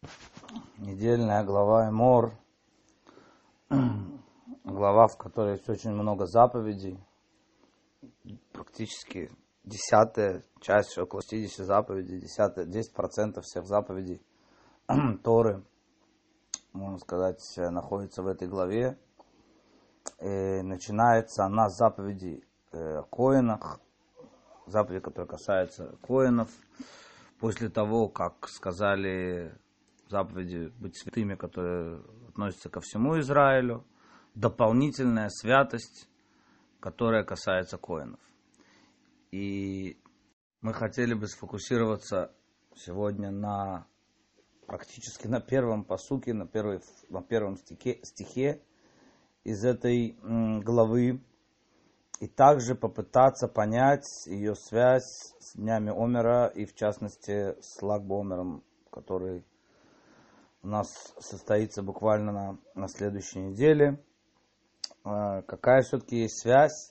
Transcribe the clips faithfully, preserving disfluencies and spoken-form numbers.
Недельная глава Эмор, глава, в которой есть очень много заповедей, практически десятая часть, около шестидесяти заповедей, десятая, десять процентов всех заповедей Торы, можно сказать, находится в этой главе. И начинается она с заповедей о коэнах, заповеди, которые касаются коэнов, после того, как сказали заповеди быть святыми, которые относятся ко всему Израилю, дополнительная святость, которая касается коэнов. И мы хотели бы сфокусироваться сегодня на практически на первом пасуке, на, первой, на первом стихе, стихе из этой м, главы, и также попытаться понять ее связь с днями Омера и в частности с Lag BaOmerом, который у нас состоится буквально на, на следующей неделе. Э, какая все-таки есть связь?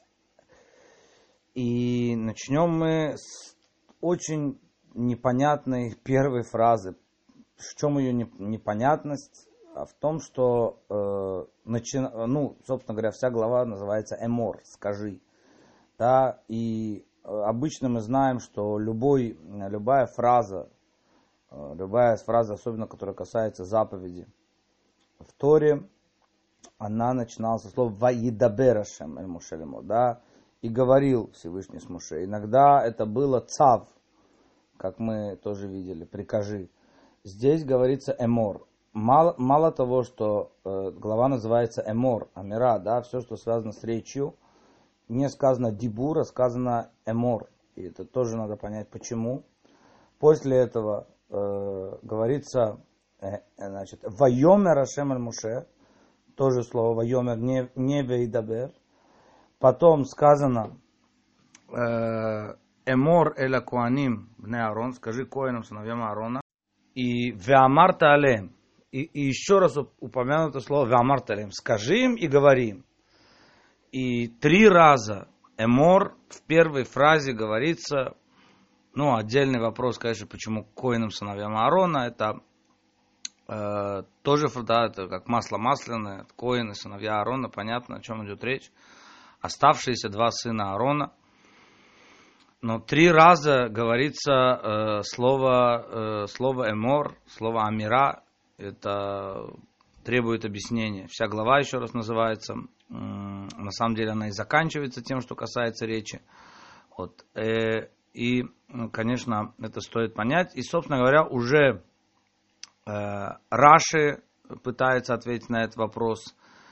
И начнем мы с очень непонятной первой фразы. В чем ее непонятность? А в том, что, э, начи... ну, собственно говоря, вся глава называется Эмор, скажи. Да? И э, обычно мы знаем, что любой, любая фраза, э, любая фраза, особенно которая касается заповеди в Торе, она начиналась со слова «Ваидабер Ашем эль Моше лемо», да, и говорил Всевышний с Моше. Иногда это было «Цав», как мы тоже видели, «Прикажи». Здесь говорится «Эмор». Мало, мало того, что э, глава называется Эмор, Амира, да, все, что связано с речью, не сказано дибур, а сказано Эмор. И это тоже надо понять, почему. После этого э, говорится, э, значит, Вайомер Ашем эль Моше, тоже слово Вайомер, не, не Вейдабер. Потом сказано э, Эмор эля Коаним бне Аарон, скажи коэнам, сыновьям Аарона, и Веамарта алем. И, и еще раз упомянуто слово «веамарталем», скажи им и говори им. И три раза «эмор» в первой фразе говорится, ну, отдельный вопрос, конечно, почему коэнам сыновьям Аарона, это э, тоже, да, это как масло масляное, коэны, сыновья Аарона, понятно, о чем идет речь. Оставшиеся два сына Аарона. Но три раза говорится э, слово, э, слово «эмор», слово «амира». Это требует объяснения. Вся глава, еще раз называется, на самом деле она и заканчивается тем, что касается речи. Вот. И, конечно, это стоит понять. И, собственно говоря, уже Раши пытается ответить на этот вопрос,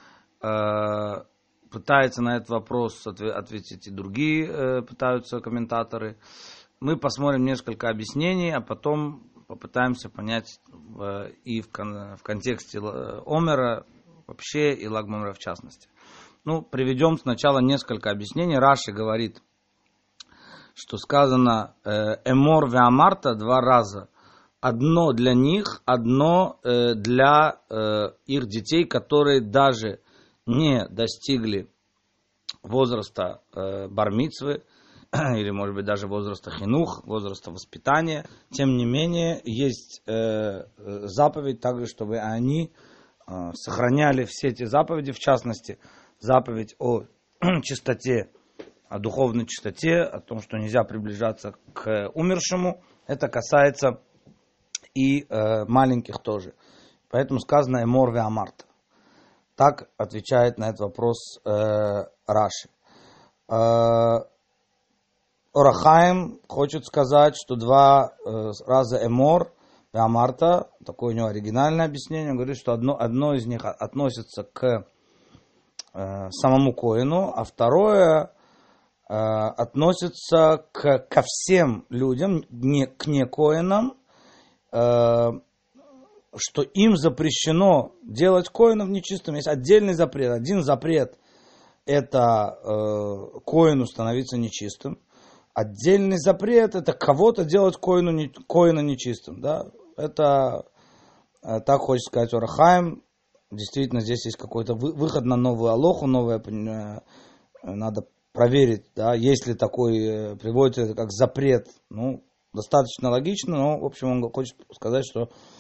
пытается на этот вопрос ответить и другие пытаются комментаторы. Мы посмотрим несколько объяснений, а потом попытаемся понять в, и в, кон, в контексте Омера вообще и Lag BaOmer в частности. Ну, приведем сначала несколько объяснений. Раши говорит, что сказано «Эмор веамарта» два раза. Одно для них, одно э, для э, их детей, которые даже не достигли возраста э, бар-мицвы, или, может быть, даже возраста хинух, возраста воспитания. Тем не менее, есть э, заповедь также, чтобы они э, сохраняли все эти заповеди, в частности, заповедь о чистоте, о духовной чистоте, о том, что нельзя приближаться к умершему. Это касается и э, маленьких тоже. Поэтому сказано «Эмор веамарта». Так отвечает на этот вопрос э, Раши. Э, Ор ха-Хаим хочет сказать, что два э, раза Эмор и Амарта, такое у него оригинальное объяснение, он говорит, что одно, одно из них относится к э, самому коэну, а второе э, относится к, ко всем людям, не, к не коэнам, э, что им запрещено делать коэнов нечистым. Есть отдельный запрет. Один запрет – это э, коэну становиться нечистым. Отдельный запрет – это кого-то делать коэну, коэна нечистым. Да? Это, так хочет сказать Ор ха-Хаим. Действительно, здесь есть какой-то выход на новую алоху, новое, надо проверить, да, есть ли такой, приводится как запрет. Ну, достаточно логично, но, в общем, он хочет сказать, что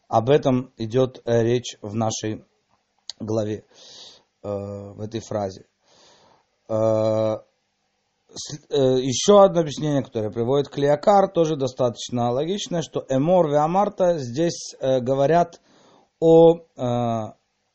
об этом идет э, речь в нашей главе, э, в этой фразе. Э, с, э, еще одно объяснение, которое приводит Клеякар, тоже достаточно логичное, что эмор ве амарта здесь э, говорят о э,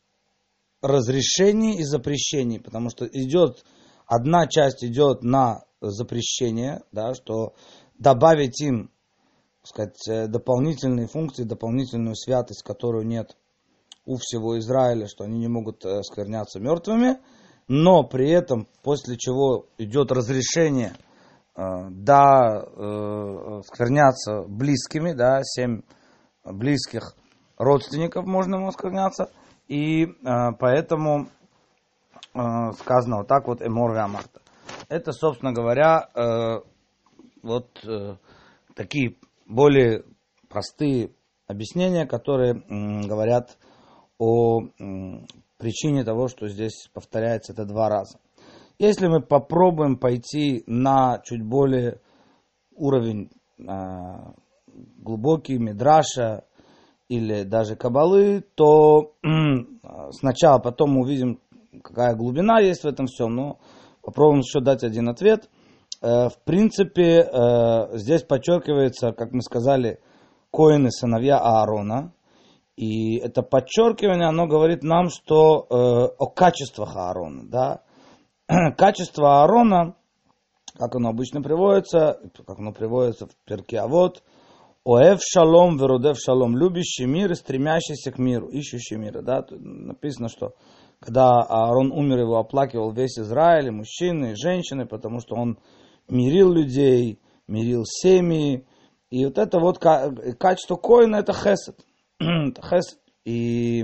разрешении и запрещении, потому что идет, одна часть идет на запрещение, да, что добавить им, так сказать, дополнительные функции, дополнительную святость, которую нет у всего Израиля, что они не могут э, скверняться мертвыми, но при этом, после чего идет разрешение э, да, э, скверняться близкими, да, семь близких родственников можно ему скверняться, и э, поэтому э, сказано вот так вот эмор ве амарта. Это, собственно говоря, э, вот э, такие более простые объяснения, которые м, говорят о м, причине того, что здесь повторяется это два раза. Если мы попробуем пойти на чуть более уровень э, глубокий мидраша или даже каббалы, то э, сначала потом мы увидим, какая глубина есть в этом всем, но попробуем еще дать один ответ. Э, в принципе, э, здесь подчеркивается, как мы сказали, коэны, сыновья Аарона. И это подчеркивание, оно говорит нам, что э, о качествах Аарона. Да? Качество Аарона, как оно обычно приводится, как оно приводится в Перке Авот, оэв шалом верудев шалом, любящий мир и стремящийся к миру, ищущий мира. Да? Тут написано, что когда Аарон умер, его оплакивал весь Израиль, и мужчины, и женщины, потому что он мирил людей, мирил семьи. И вот это вот качество коэна, это хесед. Хесед. И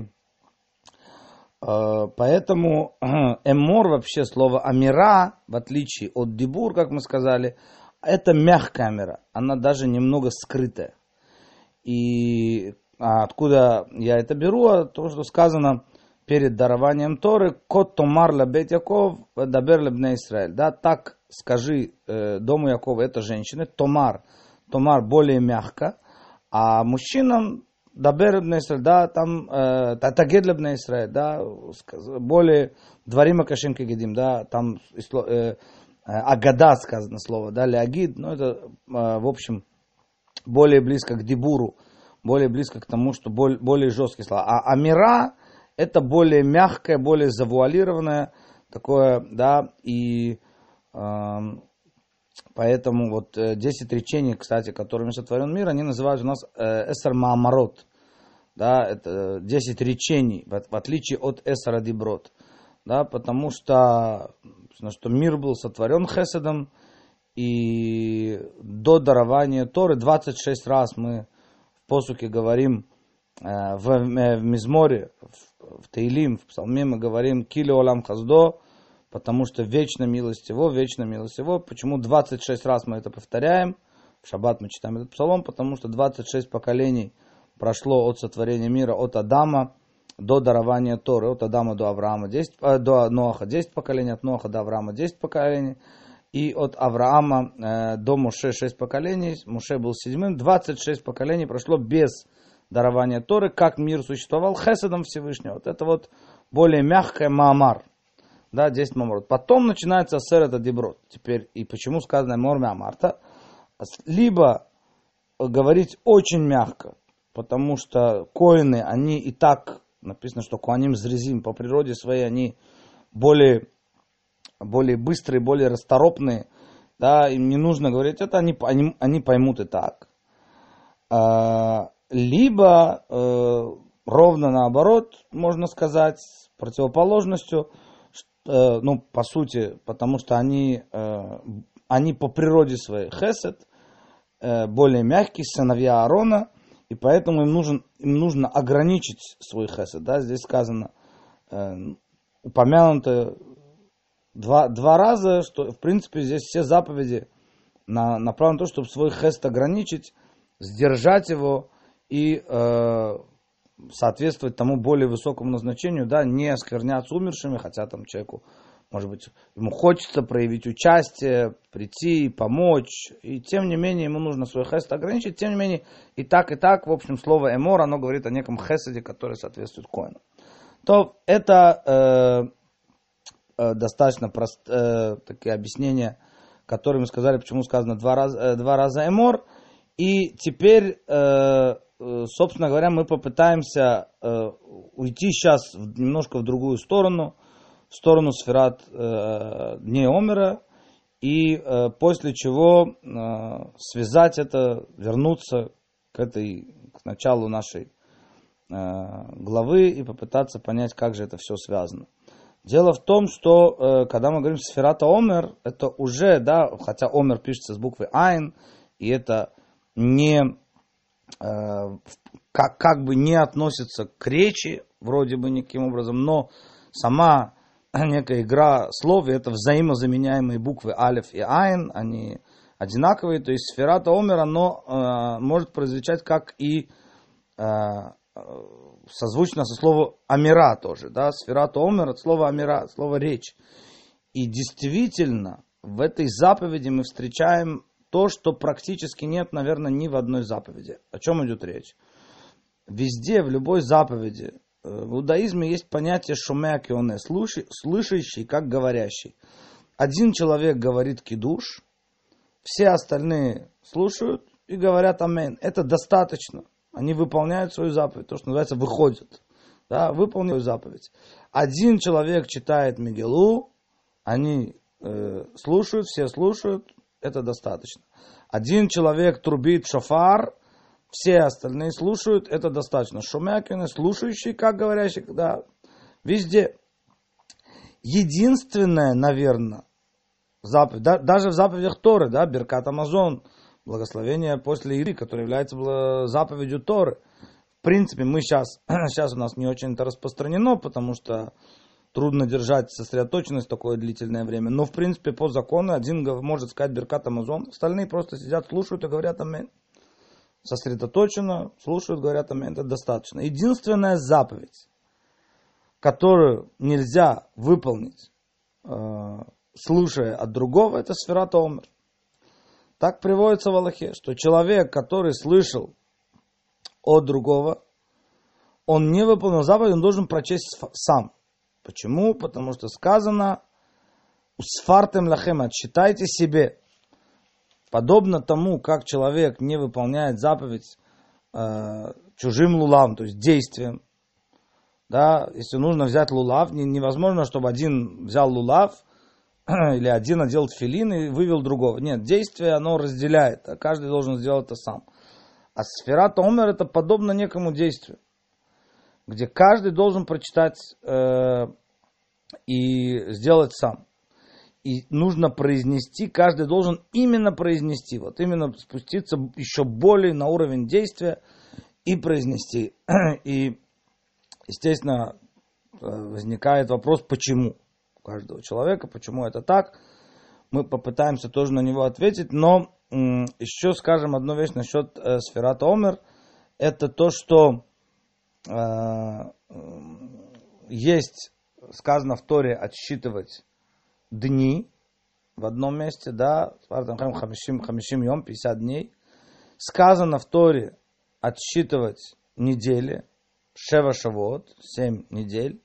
э, поэтому э, эмор, вообще слово амира, в отличие от дибур, как мы сказали, это мягкая амира. Она даже немного скрытая. И а откуда я это беру? То, что сказано перед дарованием Торы, кот томар лабет Яков, дабер лебне Исраэль. Да, так скажи э, дому Якова, это женщины, томар. Томар более мягко, а мужчинам дабер лебне Исраэль, да, там татагед лебне Исраэль, да, более дворима кашим кегедим, да, там э, агада сказано слово, да, леагид, ну это, э, в общем, более близко к дибуру, более близко к тому, что более, более жесткие слова. А амира это более мягкое, более завуалированное такое, да, и э, поэтому вот десять речений, кстати, которыми сотворен мир, они называют у нас э, эсер маамарот, да, это десять речений, в, в отличие от эсера диброт, да, потому что, что мир был сотворен хеседом, и до дарования Торы двадцать шесть раз мы в посуке говорим, э, в, в Мизморе, в, в Теилим, в Псалме мы говорим «Кили олам хаздо», потому что вечно милость его, вечно милость его. Почему двадцать шесть раз мы это повторяем? В шаббат мы читаем этот псалом, потому что двадцать шесть поколений прошло от сотворения мира, от Адама до дарования Торы, от Адама до Авраама, десять, э, до Ноаха десять поколений, от Ноаха до Авраама десять поколений, и от Авраама э, до Моше шесть поколений, Моше был седьмым, двадцать шесть поколений прошло без дарования Торы, как мир существовал хеседом Всевышнего. Вот это вот более мягкое маамар. Да, десять маморот. Потом начинается сер это диброт. Теперь, и почему сказано мор меамарта? Либо говорить очень мягко, потому что коины, они и так, написано, что коаним зрезим, по природе своей, они более, более быстрые, более расторопные, да, им не нужно говорить это, они, они, они поймут и так. Либо э, ровно наоборот, можно сказать, с противоположностью, ну, по сути, потому что они, они по природе своей хесед, более мягкие, сыновья Аарона, и поэтому им, нужен, им нужно ограничить свой хесед. Да? Здесь сказано, упомянуто два, два раза, что, в принципе, здесь все заповеди на, направлены на то, чтобы свой хесед ограничить, сдержать его и соответствовать тому более высокому назначению, да, не оскверняться умершими, хотя там человеку может быть, ему хочется проявить участие, прийти, помочь, и тем не менее ему нужно свой хесед ограничить, тем не менее и так, и так, в общем, слово эмор, оно говорит о неком хеседе, который соответствует коэну. То это э, э, достаточно простые э, такие объяснения, которые мы сказали, почему сказано два раза, э, два раза эмор, и теперь, э, собственно говоря, мы попытаемся э, уйти сейчас немножко в другую сторону, в сторону сферат э, Дней Омера, и э, после чего э, связать это, вернуться к этой, к началу нашей э, главы и попытаться понять, как же это все связано. Дело в том, что э, когда мы говорим сферата Омер, это уже, да, хотя Омер пишется с буквы Айн, и это не э, как, как бы не относится к речи, вроде бы никаким образом, но сама некая игра слов, и это взаимозаменяемые буквы алеф и айн, они одинаковые, то есть сферата омер, оно э, может прозвучать как и э, созвучно со словом амира тоже, да, сферата омер от слова амира, от слова речь. И действительно, в этой заповеди мы встречаем то, что практически нет, наверное, ни в одной заповеди. О чем идет речь? Везде, в любой заповеди, в иудаизме есть понятие шумеа кионе, слышащий, как говорящий. Один человек говорит кидуш, все остальные слушают и говорят амин. Это достаточно. Они выполняют свою заповедь, то, что называется, выходят. Да, выполняют свою заповедь. Один человек читает Мегилу, они э, слушают, все слушают, это достаточно. Один человек трубит шофар, все остальные слушают, это достаточно. Шумякины, слушающий, как говорящий, да, везде. Единственное, наверное, заповедь, да, даже в заповедях Торы, да, Беркат Амазон, благословение после Иры, которое является заповедью Торы. В принципе, мы сейчас, сейчас у нас не очень это распространено, потому что трудно держать сосредоточенность такое длительное время. Но, в принципе, по закону один может сказать Беркат Амазон, остальные просто сидят, слушают и говорят амин. Сосредоточенно, слушают, говорят амин. Это достаточно. Единственная заповедь, которую нельзя выполнить, э, слушая от другого, это сферат омер. Так приводится в Алахе, что человек, который слышал от другого, он не выполнил заповедь, он должен прочесть сам. Почему? Потому что сказано «Усфартем лахем», отсчитайте себе. Подобно тому, как человек не выполняет заповедь э, чужим лулавом, то есть действием. Да, если нужно взять лулав, не, невозможно, чтобы один взял лулав, или один одел тфилин и вывел другого. Нет, действие оно разделяет, а каждый должен сделать это сам. А сферат омер это подобно некому действию, где каждый должен прочитать э, и сделать сам. И нужно произнести, каждый должен именно произнести, вот именно спуститься еще более на уровень действия и произнести. И, естественно, возникает вопрос, почему у каждого человека, почему это так. Мы попытаемся тоже на него ответить, но м, еще скажем одну вещь насчет э, сферат омер. Это то, что э, есть, сказано в Торе, отсчитывать дни в одном месте, да, хамишим йом, пятьдесят дней. Сказано в Торе отсчитывать недели, шева шавот, семь недель.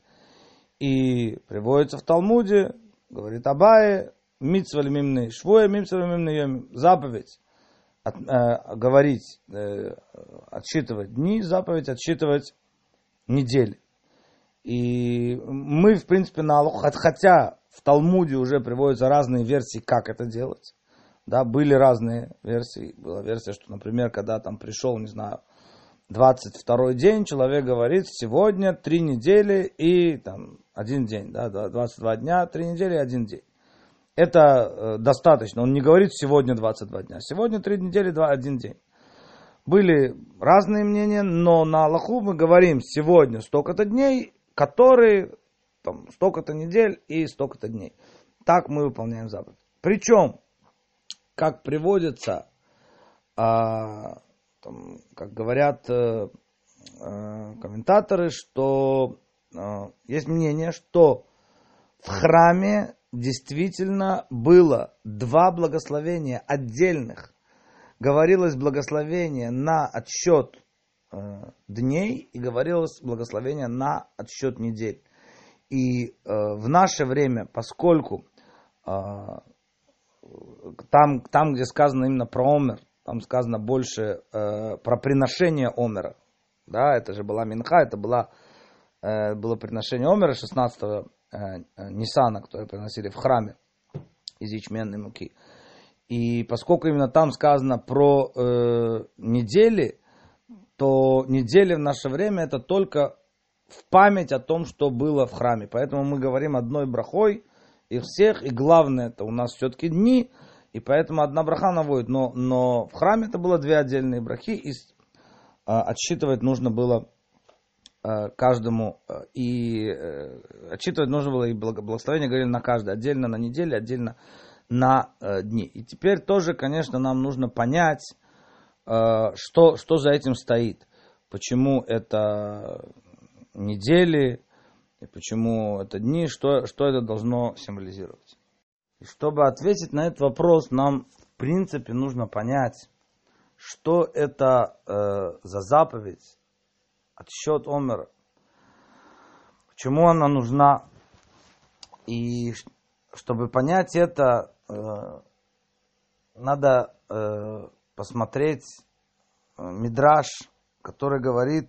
И приводится в Талмуде, говорит Абае, митцва лимимный швуя, митцва лимимный йом, заповедь от, э, говорить, э, отсчитывать дни, заповедь отсчитывать недели. И мы, в принципе, на Аллаху, хотя в Талмуде уже приводятся разные версии, как это делать. Да, были разные версии. Была версия, что, например, когда там пришел, не знаю, двадцать второй день, человек говорит, сегодня три недели и там один день, да, двадцать два дня, три недели и один день. Это э, достаточно. Он не говорит сегодня двадцать два дня. Сегодня три недели, два, один день. Были разные мнения, но на Аллаху мы говорим сегодня столько-то дней, которые там, столько-то недель и столько-то дней. Так мы выполняем заповедь. Причем, как приводится, а, там, как говорят а, а, комментаторы, что а, есть мнение, что в храме действительно было два благословения отдельных. Говорилось благословение на отсчет э, дней и говорилось благословение на отсчет недель. И э, в наше время, поскольку э, там, там, где сказано именно про Омер, там сказано больше э, про приношение Омера. Да, это же была Минха, это была, э, было приношение Омера шестнадцатого э, Ниссана, которое приносили в храме из ячменной муки. И поскольку именно там сказано про э, недели, то недели в наше время это только в память о том, что было в храме. Поэтому мы говорим одной брахой их всех, и главное, это у нас все-таки дни, и поэтому одна браха наводит. Но, но в храме это было две отдельные брахи, и э, отсчитывать нужно было э, каждому, э, и э, отсчитывать нужно было, и благословение говорили на каждый, отдельно на неделю, отдельно на э, дни. И теперь тоже, конечно, нам нужно понять, э, что, что за этим стоит. Почему это недели, и почему это дни, что, что это должно символизировать. И чтобы ответить на этот вопрос, нам, в принципе, нужно понять, что это э, за заповедь, отсчет Омера, почему она нужна. И чтобы понять это, э, надо э, посмотреть э, мидраш, который говорит,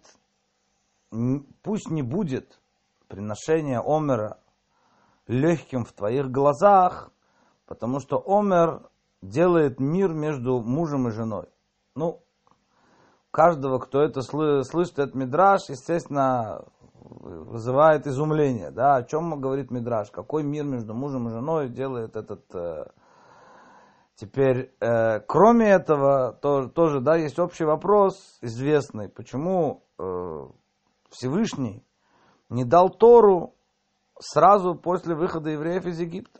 пусть не будет приношение Омера легким в твоих глазах, потому что Омер делает мир между мужем и женой. Ну, каждого, кто это слышит, этот мидраш, естественно, вызывает изумление. Да? О чем говорит мидраш? Какой мир между мужем и женой делает этот... Э... Теперь, э, кроме этого, то, тоже да, есть общий вопрос известный. Почему э, Всевышний не дал Тору сразу после выхода евреев из Египта?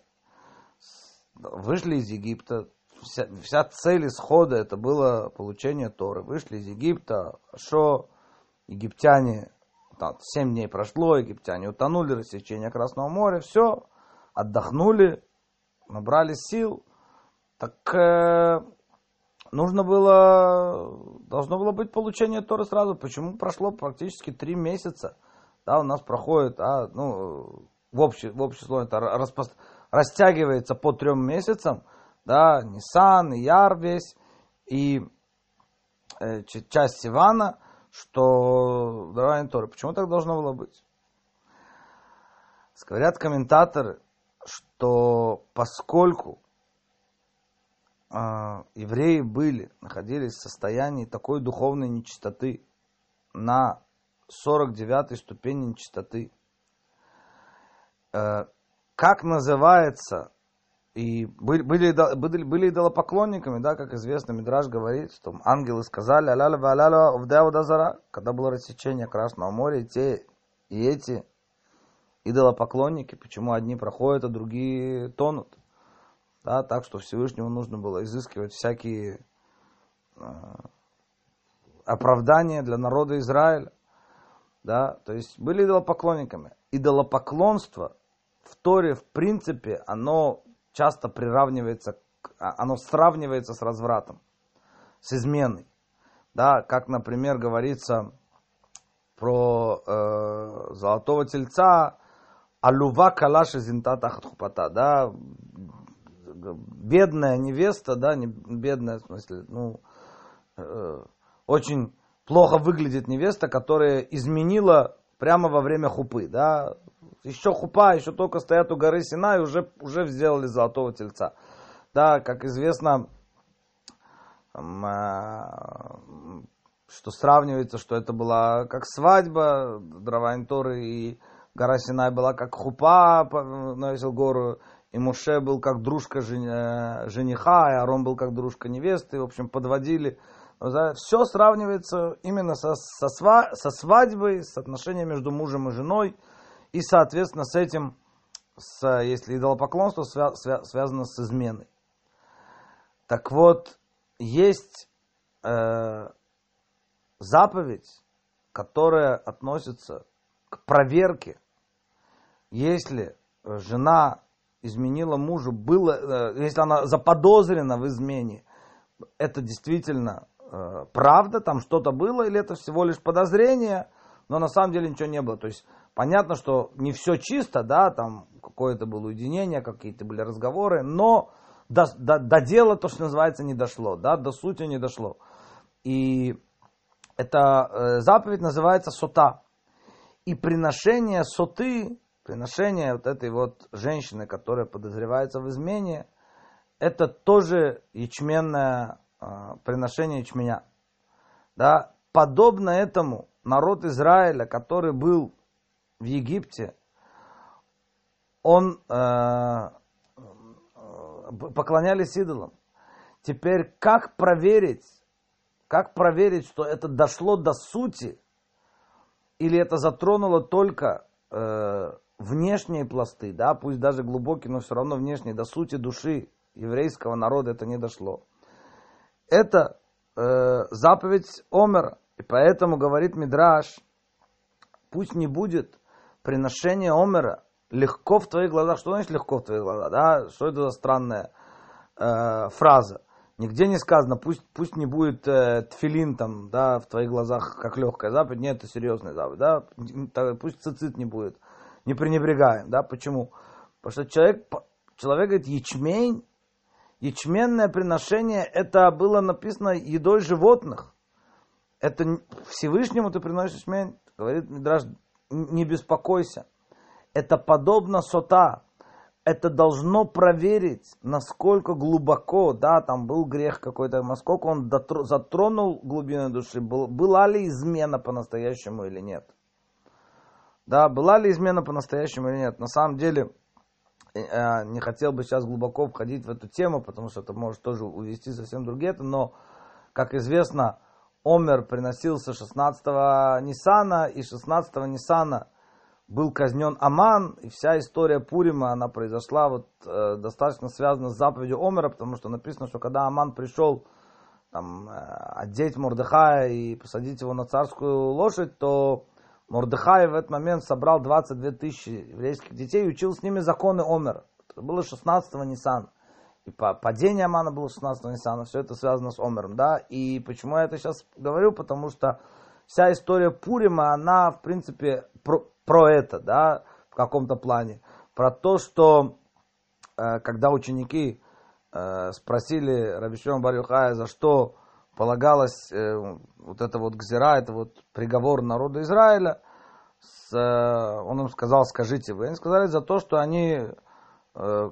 Вышли из Египта. Вся, вся цель исхода это было получение Торы. Вышли из Египта. Хорошо. Египтяне... Там, семь дней прошло, египтяне утонули, рассечение Красного моря, все, отдохнули, набрали сил. Так э, нужно было, должно было быть получение Торы сразу. Почему прошло практически три месяца? Да, у нас проходит, а, ну, в общей, в общей слое это распо, растягивается по трем месяцам, да, Нисан, Ияр весь, и э, часть Сивана, что дарование Торы. Почему так должно было быть? Говорят комментаторы, что поскольку э, евреи были, находились в состоянии такой духовной нечистоты, на сорок девятой ступени нечистоты, э, как называется, и были, были, были, были идолопоклонниками, да, как известно, Мидраш говорит, что ангелы сказали, аляля ва аляля овдея водазара, когда было рассечение Красного моря, и те, и эти идолопоклонники, почему одни проходят, а другие тонут. Да, так что Всевышнему нужно было изыскивать всякие э, оправдания для народа Израиля. Да, то есть были идолопоклонниками. Идолопоклонство в Торе, в принципе, оно часто приравнивается, оно сравнивается с развратом, с изменой. Да, как, например, говорится про э, золотого тельца, алува калаши зинтата хатхупата, да, бедная невеста, да, не бедная, в смысле, ну, э, очень плохо выглядит невеста, которая изменила прямо во время хупы, да. Еще хупа, еще только стоят у горы Синай, уже, уже сделали золотого тельца. Да, как известно, что сравнивается, что это была как свадьба, дарование Торы, и гора Синай была как хупа, навесил гору, и Моше был как дружка жениха, и Арон был как дружка невесты, в общем, подводили. Все сравнивается именно со, со, со свадьбой, с отношением между мужем и женой, и, соответственно, с этим, с, если идолопоклонство свя, свя, связано с изменой. Так вот, есть э, заповедь, которая относится к проверке, если жена изменила мужу, было, если она заподозрена в измене, это действительно э, правда, там что-то было, или это всего лишь подозрение, но на самом деле ничего не было. То есть понятно, что не все чисто, да, там какое-то было уединение, какие-то были разговоры, но до, до, до дела, то, что называется, не дошло, да, до сути не дошло. И эта э, заповедь называется сота. И приношение соты, приношение вот этой вот женщины, которая подозревается в измене, это тоже ячменное э, приношение ячменя. Да? Подобно этому народ Израиля, который был в Египте, он э, поклонялись идолам. Теперь как проверить, как проверить, что это дошло до сути, или это затронуло только э, внешние пласты, да, пусть даже глубокие, но все равно внешние, до сути души еврейского народа это не дошло. Это э, заповедь Омера, и поэтому говорит Мидраш, пусть не будет приношение Омера легко в твоих глазах. Что значит легко в твоих глазах? Да? Что это за странная э, фраза? Нигде не сказано, пусть, пусть не будет э, тфилин там, да, в твоих глазах как легкая заповедь. Нет, это серьезная заповедь. Да? Пусть цицит не будет. Не пренебрегаем. Да? Почему? Потому что человек, человек говорит, ячмень, ячменное приношение, это было написано едой животных. Это Всевышнему ты приносишь ячмень. Говорит Мидраш, не беспокойся. Это подобно сота. Это должно проверить, насколько глубоко, да, там был грех какой-то, насколько он дотр- затронул глубину души, был, была ли измена по-настоящему или нет. Да, была ли измена по-настоящему или нет. На самом деле, э, не хотел бы сейчас глубоко входить в эту тему, потому что это может тоже увести совсем другие, но, как известно, Омер приносился шестнадцатого Ниссана, и шестнадцатого Ниссана был казнен Аман, и вся история Пурима, она произошла вот э, достаточно связана с заповедью Омера, потому что написано, что когда Аман пришел там, э, одеть Мордехая и посадить его на царскую лошадь, то Мордехай в этот момент собрал двадцать две тысячи еврейских детей и учил с ними законы Омера. Это было шестнадцатого Ниссана. И падение Амана было шестнадцатого Ниссана, все это связано с Омером, да, и почему я это сейчас говорю, потому что вся история Пурима, она, в принципе, про, про это, да, в каком-то плане, про то, что, э, когда ученики э, спросили Раби Шимон бар Йохая, за что полагалось э, вот это вот гзира, это вот приговор народа Израиля, с, э, он им сказал, скажите вы, они сказали за то, что они э,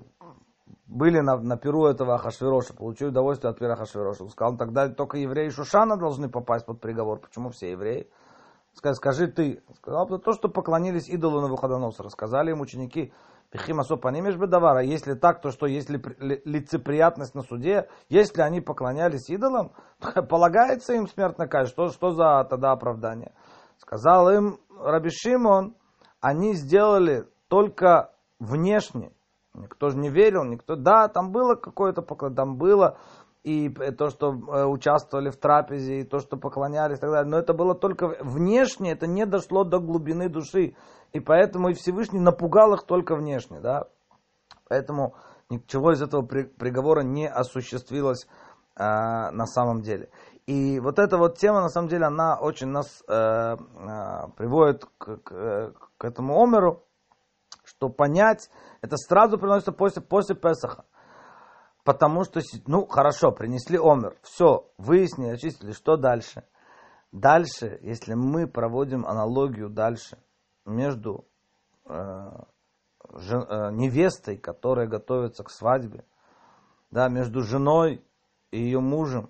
были на, на перу этого Ахашвироша, получили удовольствие от пира Ахашвироша. Он сказал, тогда только евреи Шушана должны попасть под приговор. Почему все евреи? Сказал, скажи ты. Сказал, то, что поклонились идолу Навуходоносора. Рассказали им ученики, пихим особо не меж бедавара. Если так, то что, если лицеприятность на суде, если они поклонялись идолам, полагается им смертная казнь. Что, что за тогда оправдание? Сказал им Раби Шимон, они сделали только внешне. Никто же не верил, никто, да, там было какое-то поклонение, там было и то, что э, участвовали в трапезе, и то, что поклонялись и так далее, но это было только внешне, это не дошло до глубины души, и поэтому и Всевышний напугал их только внешне, да, поэтому ничего из этого при, приговора не осуществилось э, на самом деле. И вот эта вот тема, на самом деле, она очень нас э, э, приводит к, к, к этому Омеру, что понять, это сразу приносится после, после Песаха. Потому что, ну, хорошо, принесли Омер, все, выяснили, очистили, что дальше? Дальше, если мы проводим аналогию дальше между э, жен, э, невестой, которая готовится к свадьбе, да, между женой и ее мужем,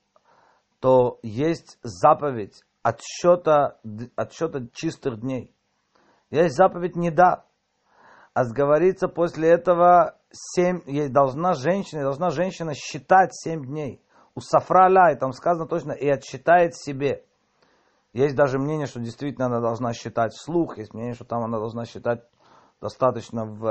то есть заповедь отсчета, отсчета чистых дней. Есть заповедь неда. А говорится после этого семь, должна женщина, должна женщина считать семь дней. У Сафраля, и там сказано точно, и отсчитает себе. Есть даже мнение, что действительно она должна считать вслух, есть мнение, что там она должна считать достаточно в,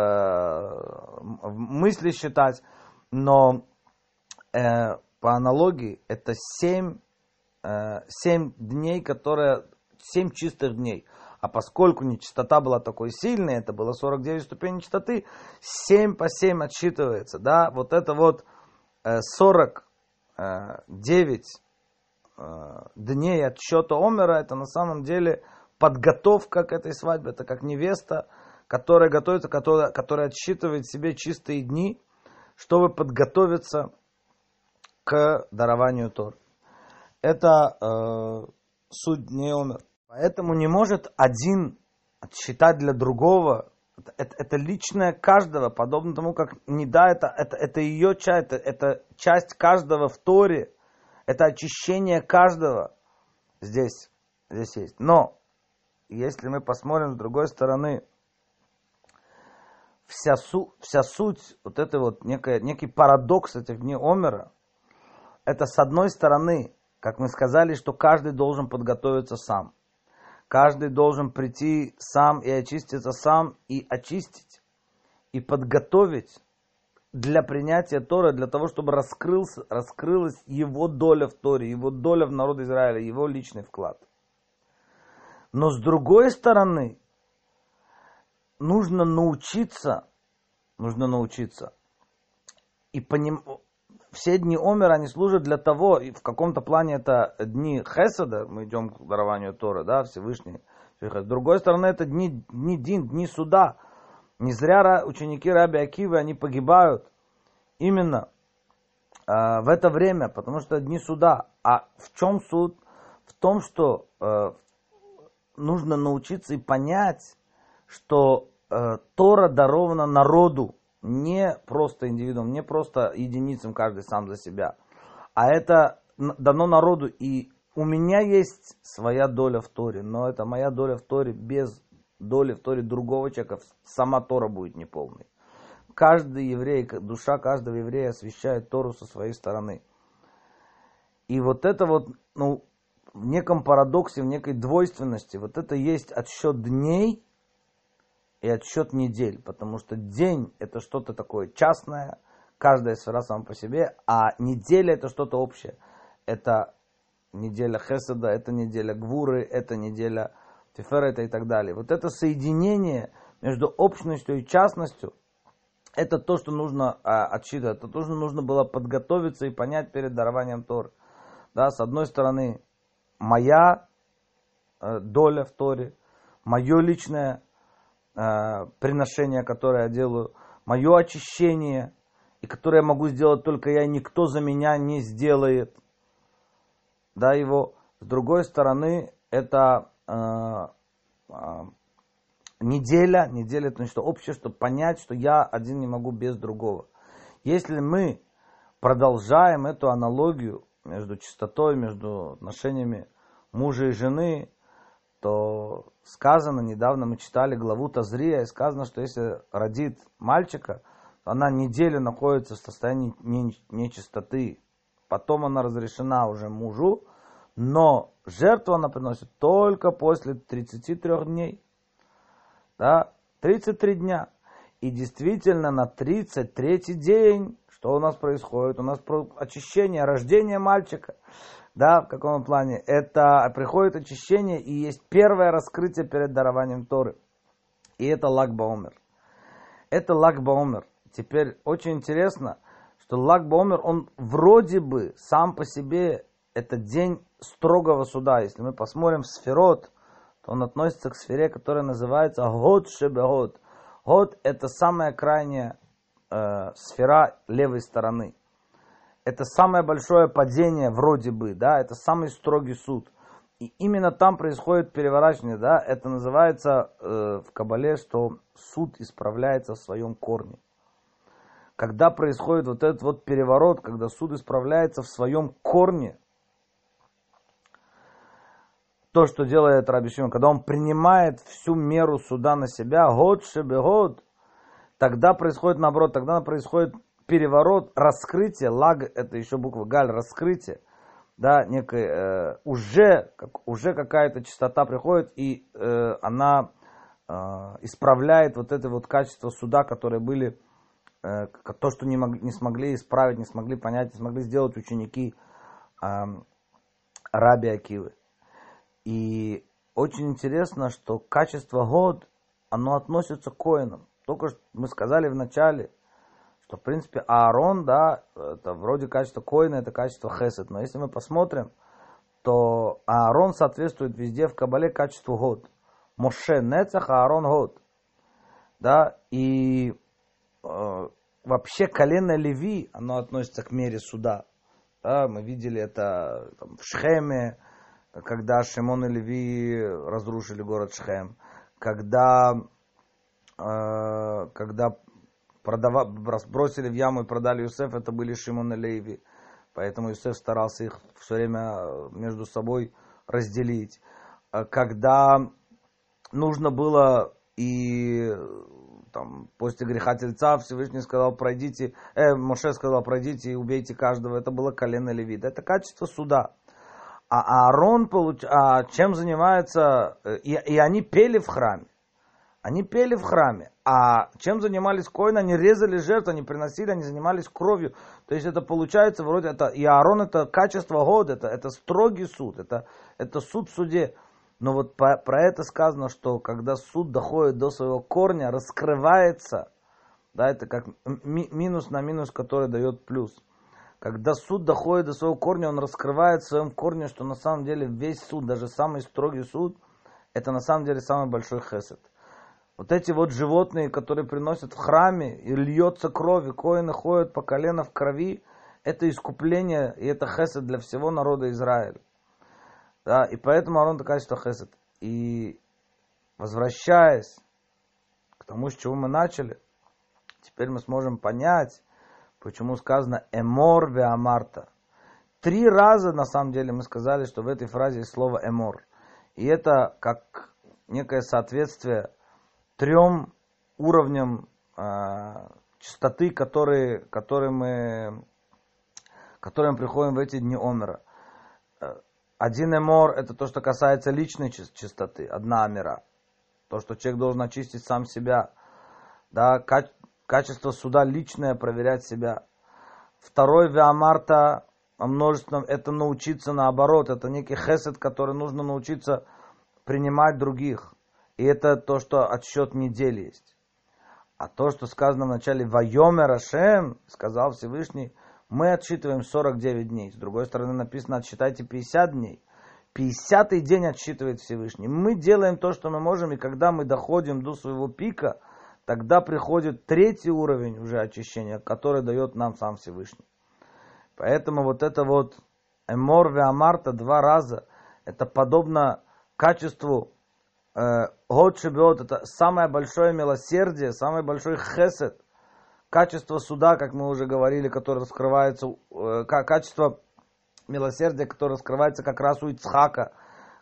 в мысли считать, но э, по аналогии это семь, э, семь дней, которые, семь чистых дней. А поскольку нечистота была такой сильной, это было сорок девять ступеней нечистоты, семь по семь отсчитывается, да, вот это вот сорок девять дней отсчета омера, это на самом деле подготовка к этой свадьбе, это как невеста, которая готовится, которая, которая отсчитывает себе чистые дни, чтобы подготовиться к дарованию Торы. Это э, суть дней омер. Поэтому не может один отсчитать для другого. Это, это, это личное каждого, подобно тому, как не да, это, это, это ее часть, это, это часть каждого в Торе, это очищение каждого здесь, здесь есть. Но если мы посмотрим с другой стороны, вся, су, вся суть, вот это вот некая, некий парадокс этих дней омера, это с одной стороны, как мы сказали, что каждый должен подготовиться сам. Каждый должен прийти сам и очиститься сам, и очистить, и подготовить для принятия Торы, для того, чтобы раскрылся, раскрылась его доля в Торе, его доля в народе Израиля, его личный вклад. Но с другой стороны, нужно научиться, нужно научиться, и поним... все дни омера, они служат для того, и в каком-то плане это дни хеседа, мы идем к дарованию Торы, да, Всевышний. С другой стороны, это дни, дни дин, дни суда. Не зря ученики Раби Акивы, они погибают именно э, в это время, потому что это дни суда. А в чем суд? В том, что э, нужно научиться и понять, что э, Тора дарована народу, не просто индивидуум, не просто единицам, каждый сам за себя, а это дано народу. И у меня есть своя доля в Торе, но это моя доля в Торе, без доли в Торе другого человека сама Тора будет неполной. Каждый еврей, душа каждого еврея освящает Тору со своей стороны. И вот это вот, ну, в неком парадоксе, в некой двойственности, вот это есть отсчет дней и отсчет недель, потому что день это что-то такое частное, каждая сфера сама по себе, а неделя это что-то общее. Это неделя Хеседа, это неделя Гвуры, это неделя Тиферета и так далее. Вот это соединение между общностью и частностью, это то, что нужно а, отсчитывать, это то, что нужно было подготовиться и понять перед дарованием Торы. Да, с одной стороны, моя э, доля в Торе, мое личное приношение, которое я делаю, мое очищение, и которое я могу сделать только я, и никто за меня не сделает. Да, его. С другой стороны, это э, э, неделя, неделя это нечто общее, чтобы понять, что я один не могу без другого. Если мы продолжаем эту аналогию между чистотой, между отношениями мужа и жены, то сказано, недавно мы читали главу Тазрия, и сказано, что если родит мальчика, то она неделю находится в состоянии нечистоты. Потом она разрешена уже мужу, но жертву она приносит только после тридцати трёх дней. Да, тридцать три дня. И действительно на тридцать третий день, что у нас происходит? У нас очищение, рождение мальчика. Да, в каком плане? Это приходит очищение, и есть первое раскрытие перед дарованием Торы. И это Lag BaOmer. Это Lag BaOmer. Теперь очень интересно, что Lag BaOmer, он вроде бы сам по себе, это день строгого суда. Если мы посмотрим в сферот, то он относится к сфере, которая называется Год Шебегод. Год это самая крайняя э, сфера левой стороны. Это самое большое падение, вроде бы, да, это самый строгий суд. И именно там происходит переворачивание, да, это называется э, в Кабале, что суд исправляется в своем корне. Когда происходит вот этот вот переворот, когда суд исправляется в своем корне, то, что делает Раби Шимон, когда он принимает всю меру суда на себя, год шебегод, тогда происходит наоборот, тогда происходит переворот, раскрытие, лаг, это еще буква галь, раскрытие, да, некое, э, уже, как, уже какая-то чистота приходит, и э, она э, исправляет вот это вот качество суда, которые были, э, то, что не, мог, не смогли исправить, не смогли понять, не смогли сделать ученики э, Раби Акивы. И очень интересно, что качество год, оно относится к коинам. Только что мы сказали в начале, что в принципе Аарон, да, это вроде качество коина, это качество хесед. Но если мы посмотрим, то Аарон соответствует везде в Кабале качеству год. Моше нецах, Аарон год. Да, и э, вообще колено Леви, оно относится к мере суда. Да, мы видели это там, в Шхеме, когда Шимон и Леви разрушили город Шхем, когда, э, когда продава, бросили в яму и продали Юсеф, это были Шимон и Леви. Поэтому Юсеф старался их все время между собой разделить. Когда нужно было и там, после греха тельца Всевышний сказал, пройдите, э, Моше сказал, пройдите и убейте каждого. Это было колено Левита. Это качество суда. А Аарон, получ... а чем занимается, и, и они пели в храме. Они пели в храме. А чем занимались коины? Они резали жертв, они приносили, они занимались кровью. То есть это получается вроде, это, и Аарон это качество года, это, это строгий суд, это, это суд в суде. Но вот по, про это сказано, что когда суд доходит до своего корня, раскрывается, да, это как ми, минус на минус, который дает плюс. Когда суд доходит до своего корня, он раскрывает в своем корне, что на самом деле весь суд, даже самый строгий суд, это на самом деле самый большой хесед. Вот эти вот животные, которые приносят в храме, и льется кровь, и коины ходят по колено в крови, это искупление, и это хесед для всего народа Израиля. Да, и поэтому Аарон это качество хесед. И возвращаясь к тому, с чего мы начали, теперь мы сможем понять, почему сказано «эмор ве амарта». Три раза, на самом деле, мы сказали, что в этой фразе есть слово «эмор». И это как некое соответствие трем уровням э, чистоты, которые, которые мы, к которым приходим в эти дни Омера. Один эмор – это то, что касается личной чистоты, одна амира. То, что человек должен очистить сам себя. Да, качество суда личное, проверять себя. Второй веамарта о множественном – это научиться наоборот. Это некий хесед, который нужно научиться принимать других. И это то, что отсчет недели есть. А то, что сказано в начале «Вайомер Ашем», сказал Всевышний, мы отсчитываем сорок девять дней. С другой стороны написано «отсчитайте пятьдесят дней». пятидесятый день отсчитывает Всевышний. Мы делаем то, что мы можем, и когда мы доходим до своего пика, тогда приходит третий уровень уже очищения, который дает нам сам Всевышний. Поэтому вот это вот «эмор ве амарта» два раза, это подобно качеству год шебеот, это самое большое милосердие, самый большой хесед, качество суда, как мы уже говорили, которое раскрывается, качество милосердия, которое раскрывается как раз у Ицхака,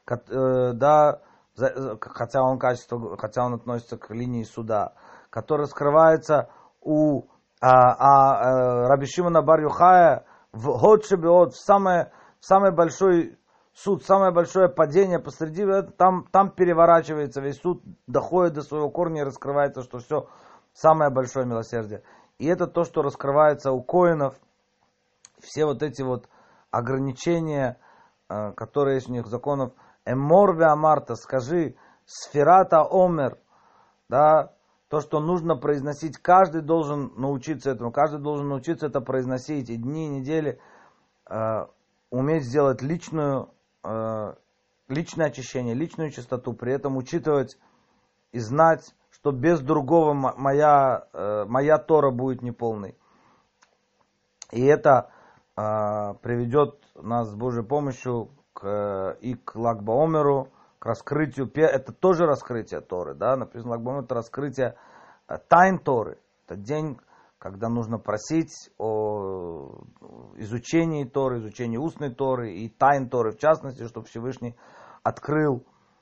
да, хотя он качество, хотя он относится к линии суда, которое раскрывается у а, а, Раби Шимона бар Йохая в год шебеот, в самое, в самый большой суд, самое большое падение посреди, там, там переворачивается весь суд, доходит до своего корня и раскрывается, что все самое большое милосердие. И это то, что раскрывается у коинов, все вот эти вот ограничения, которые есть у них законов. Эмор ве амарта, скажи, сферата омер, да, то, что нужно произносить, каждый должен научиться этому, каждый должен научиться это произносить, и дни, и недели, э, уметь сделать личную личное очищение, личную чистоту, при этом учитывать и знать, что без другого моя, моя Тора будет неполной. И это э, приведет нас с Божьей помощью к, и к Lag BaOmerу, к раскрытию, это тоже раскрытие Торы, да, написано Lag BaOmer, это раскрытие тайн Торы, это день, когда нужно просить о изучении Торы, изучении устной Торы и тайн Торы, в частности, чтобы Всевышний открыл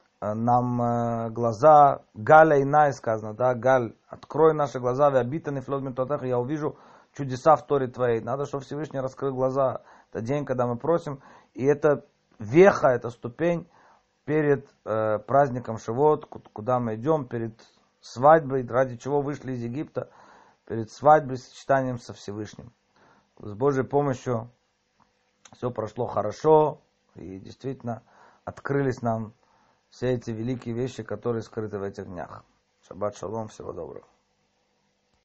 нам глаза. Галя и Най сказано, да, Галь, открой наши глаза, веобитаны флогментотах, я увижу чудеса в Торе Твоей. Надо, чтобы Всевышний раскрыл глаза. Это день, когда мы просим, и это веха, это ступень перед э, праздником Шивот, куда мы идем, перед свадьбой, ради чего вышли из Египта, перед свадьбой, сочетанием со Всевышним. С Божьей помощью все прошло хорошо, и действительно открылись нам все эти великие вещи, которые скрыты в этих днях. Шаббат шалом, всего доброго.